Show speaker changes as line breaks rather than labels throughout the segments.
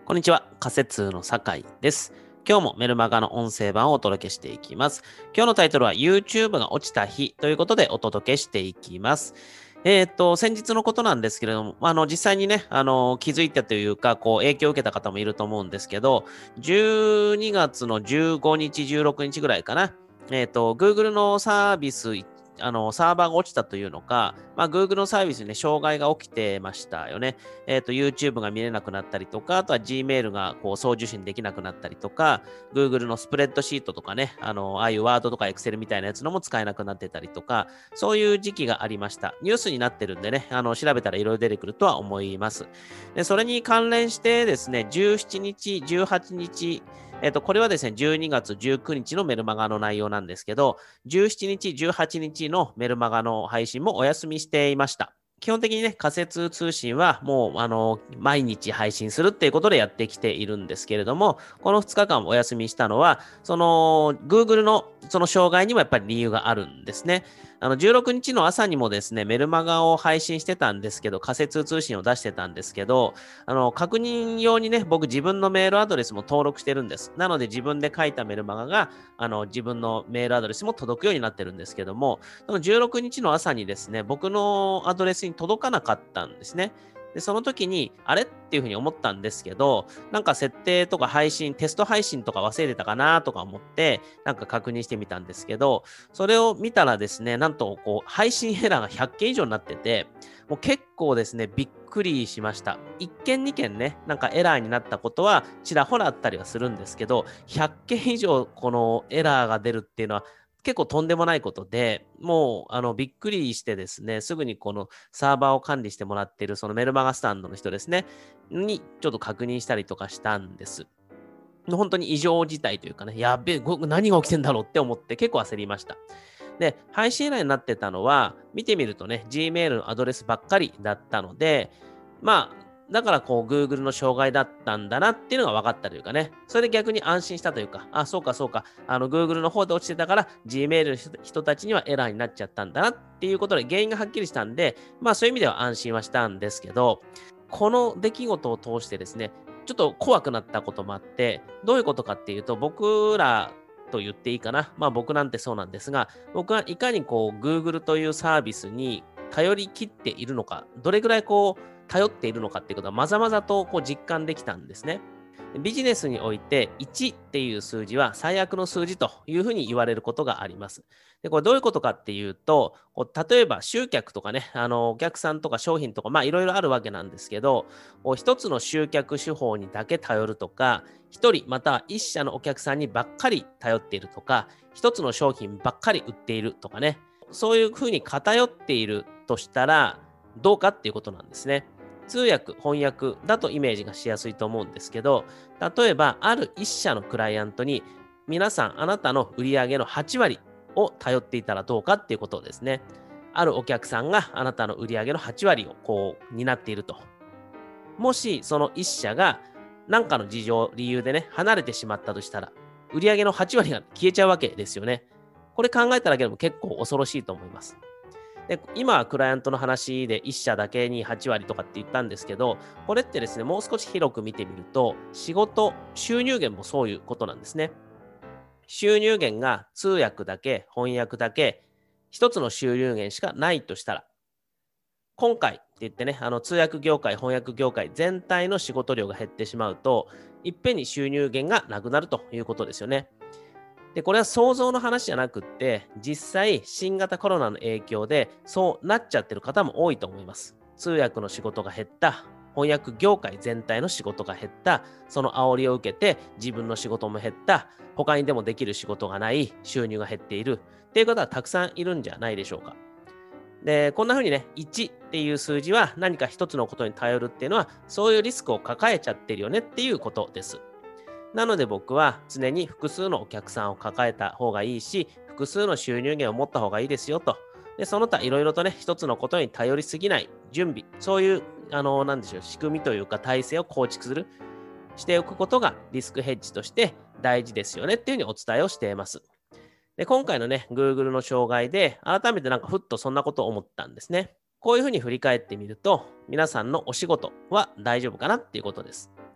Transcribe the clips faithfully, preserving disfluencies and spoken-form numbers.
こんにちは、仮説の酒井です。今日もメルマガの音声版をお届けしていきます。今日のタイトルは YouTube が落ちた日ということでお届けしていきます。えっと、先日のことなんですけれども、あの、実際にね、あの、気づいたというか、こう、影響を受けた方もいると思うんですけど、じゅうにがつのじゅうごにち、じゅうろくにちぐらいかな、えっと、Google のサービス、あの、サーバーが落ちたというのか、まあ、Google のサービスにね、障害が起きてましたよね。えっと、YouTube が見れなくなったりとか、あとは Gmail がこう送受信できなくなったりとか、Google のスプレッドシートとかね、あの、ああいう Word とか Excel みたいなやつのも使えなくなってたりとか、そういう時期がありました。ニュースになってるんでね、あの、調べたらいろいろ出てくるとは思います。で、それに関連してですね、じゅうしちにち、じゅうはちにち、えっと、これはですね、じゅうにがつじゅうくにちのメルマガの内容なんですけど、じゅうしちにち、じゅうはちにちのメルマガの配信もお休みしていました。基本的にね、仮説通信はもう、あの、毎日配信するっていうことでやってきているんですけれども、このふつかかんお休みしたのは、その、Google のその障害にもやっぱり理由があるんですね。あの、じゅうろくにちの朝にもですね、メルマガを配信してたんですけど、仮説通信を出してたんですけど、あの、確認用にね、僕自分のメールアドレスも登録してるんです。なので自分で書いたメルマガが、あの、自分のメールアドレスも届くようになってるんですけども、そのじゅうろくにちの朝にですね、僕のアドレスに届かなかったんですね。で、その時に、あれっていうふうに思ったんですけど、なんか設定とか配信、テスト配信とか忘れてたかなとか思って、なんか確認してみたんですけど、それを見たらですね、なんとこう、配信エラーがひゃっけん以上になってて、もう結構ですね、びっくりしました。いっけんにけんね、なんかエラーになったことはちらほらあったりはするんですけど、ひゃっけん以上このエラーが出るっていうのは結構とんでもないことで、もうあのびっくりしてですね、すぐにこのサーバーを管理してもらっているそのメルマガスタンドの人ですね、にちょっと確認したりとかしたんです。本当に異常事態というかね、やっべえ、ご何が起きてんだろうって思って結構焦りました。で、配信エラーになってたのは、見てみるとね、Gmail のアドレスばっかりだったので、まあ、だからこう Google の障害だったんだなっていうのが分かったというかね、それで逆に安心したというか、あ、そうかそうか、あの Google の方で落ちてたから Gmail の人人たちにはエラーになっちゃったんだなっていうことで原因がはっきりしたんで、まあそういう意味では安心はしたんですけど、この出来事を通してですね、ちょっと怖くなったこともあって、どういうことかっていうと、僕らと言っていいかな。まあ僕なんてそうなんですが、僕はいかにこう Google というサービスに頼り切っているのか、どれぐらいこう頼っているのかっていうことはまざまざとこう実感できたんですね。ビジネスにおいていちっていう数字は最悪の数字というふうに言われることがあります。で、これどういうことかっていうと、こう例えば集客とかね、あのお客さんとか商品とか、まあいろいろあるわけなんですけど、こう一つの集客手法にだけ頼るとか、一人または一社のお客さんにばっかり頼っているとか、一つの商品ばっかり売っているとかね、そういうふうに偏っているとしたらどうかっていうことなんですね。通訳、翻訳だとイメージがしやすいと思うんですけど、例えばある一社のクライアントに皆さんあなたの売上のはちわりを頼っていたらどうかっていうことですね。あるお客さんがあなたの売上のはちわりをこう担っていると。もしその一社が何かの事情、理由でね、離れてしまったとしたら、売上のはちわりが消えちゃうわけですよね。これ考えただけでも結構恐ろしいと思います。で、今はクライアントの話でいっ社だけにはちわりとかって言ったんですけど、これってですね、もう少し広く見てみると、仕事、収入源もそういうことなんですね。収入源が通訳だけ、翻訳だけ、一つの収入源しかないとしたら、今回って言ってね、あの通訳業界、翻訳業界全体の仕事量が減ってしまうと、いっぺんに収入源がなくなるということですよね。で、これは想像の話じゃなくって、実際新型コロナの影響でそうなっちゃってる方も多いと思います。通訳の仕事が減った、翻訳業界全体の仕事が減った、その煽りを受けて自分の仕事も減った、他にでもできる仕事がない、収入が減っているっていう方はたくさんいるんじゃないでしょうか。で、こんな風にね、いちっていう数字は何か一つのことに頼るっていうのは、そういうリスクを抱えちゃってるよねっていうことです。なので僕は常に複数のお客さんを抱えた方がいいし、複数の収入源を持った方がいいですよと。で、その他いろいろとね、一つのことに頼りすぎない準備、そういう、あの、なんでしょう、仕組みというか体制を構築する、しておくことがリスクヘッジとして大事ですよねっていうふうにお伝えをしています。で、今回のね、Google の障害で改めてなんかふっとそんなことを思ったんですね。こういうふうに振り返ってみると、皆さんのお仕事は大丈夫かなっていうことです。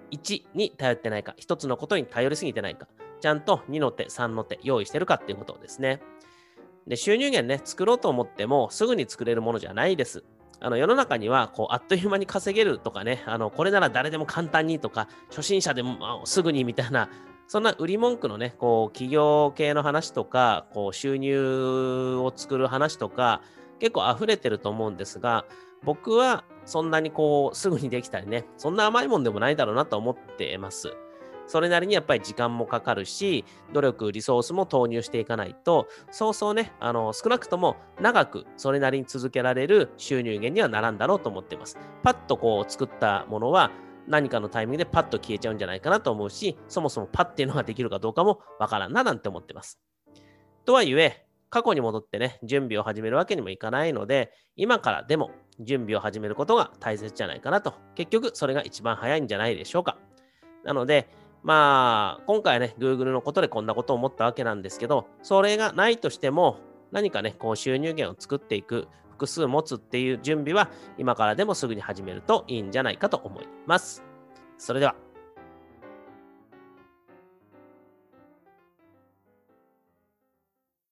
いちに頼ってないか、ひとつのことに頼りすぎてないか、ちゃんとにの手、さんの手用意してるかっていうことですね。で、収入源ね、作ろうと思ってもすぐに作れるものじゃないです。あの世の中にはこうあっという間に稼げるとかね、あのこれなら誰でも簡単にとか、初心者でも、まあ、すぐにみたいな、そんな売り文句のね、こう企業系の話とか、こう収入を作る話とか、結構溢れてると思うんですが、僕はそんなにこうすぐにできたりね、そんな甘いもんでもないだろうなと思ってます。それなりにやっぱり時間もかかるし、努力、リソースも投入していかないと、そうそうね、あの、少なくとも長くそれなりに続けられる収入源にはならんだろうと思っています。パッとこう作ったものは何かのタイミングでパッと消えちゃうんじゃないかなと思うし、そもそもパッっていうのができるかどうかもわからんななんて思ってます。とはいえ、過去に戻ってね、準備を始めるわけにもいかないので、今からでも準備を始めることが大切じゃないかなと。結局、それが一番早いんじゃないでしょうか。なので、まあ、今回はね、Google のことでこんなことを思ったわけなんですけど、それがないとしても、何かね、こう収入源を作っていく、複数持つっていう準備は、今からでもすぐに始めるといいんじゃないかと思います。それでは。